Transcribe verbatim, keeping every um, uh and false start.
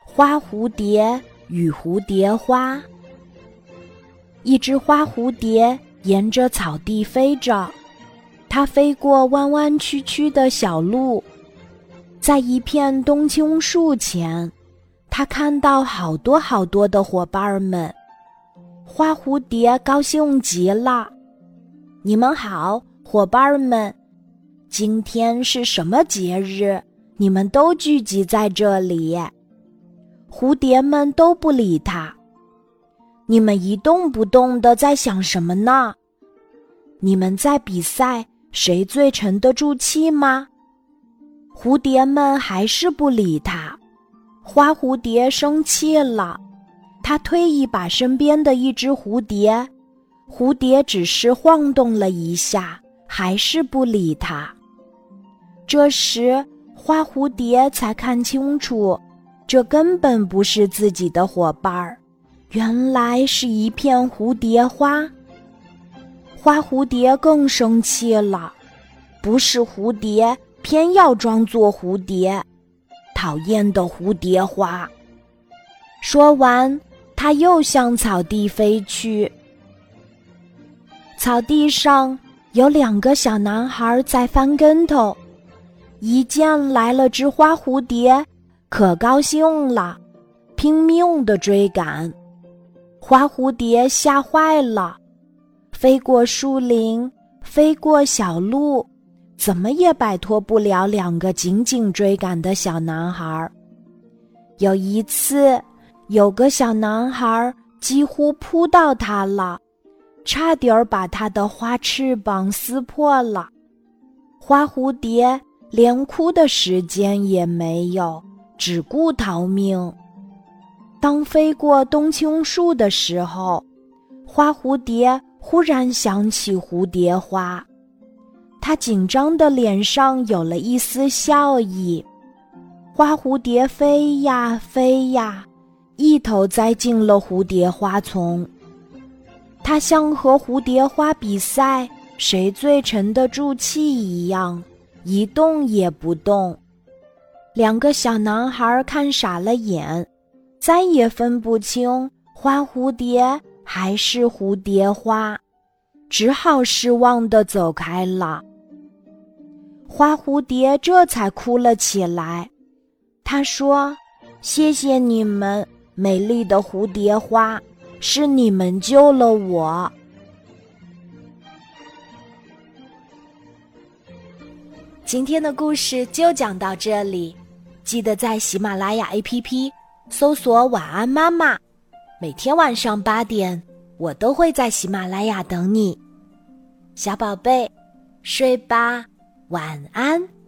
花蝴蝶与蝴蝶花。一只花蝴蝶沿着草地飞着，它飞过弯弯曲曲的小路，在一片冬青树前，它看到好多好多的伙伴们。花蝴蝶高兴极了，你们好，伙伴们，今天是什么节日？你们都聚集在这里。蝴蝶们都不理它。你们一动不动地在想什么呢？你们在比赛谁最沉得住气吗？蝴蝶们还是不理它。花蝴蝶生气了，它推一把身边的一只蝴蝶，蝴蝶只是晃动了一下，还是不理它。这时花蝴蝶才看清楚，这根本不是自己的伙伴儿，原来是一片蝴蝶花。花蝴蝶更生气了，不是蝴蝶，偏要装作蝴蝶，讨厌的蝴蝶花。说完，它又向草地飞去。草地上有两个小男孩在翻跟头，一见来了只花蝴蝶，可高兴了，拼命地追赶。花蝴蝶吓坏了，飞过树林，飞过小路，怎么也摆脱不了两个紧紧追赶的小男孩。有一次，有个小男孩几乎扑到它了，差点把它的花翅膀撕破了。花蝴蝶连哭的时间也没有，只顾逃命。当飞过冬青树的时候，花蝴蝶忽然想起蝴蝶花，它紧张的脸上有了一丝笑意。花蝴蝶飞呀飞呀，一头栽进了蝴蝶花丛。它像和蝴蝶花比赛谁最沉得住气一样，一动也不动。两个小男孩看傻了眼，再也分不清花蝴蝶还是蝴蝶花，只好失望地走开了。花蝴蝶这才哭了起来，他说：谢谢你们，美丽的蝴蝶花，是你们救了我。今天的故事就讲到这里，记得在喜马拉雅 A P P 搜索晚安妈妈，每天晚上八点，我都会在喜马拉雅等你。小宝贝，睡吧，晚安。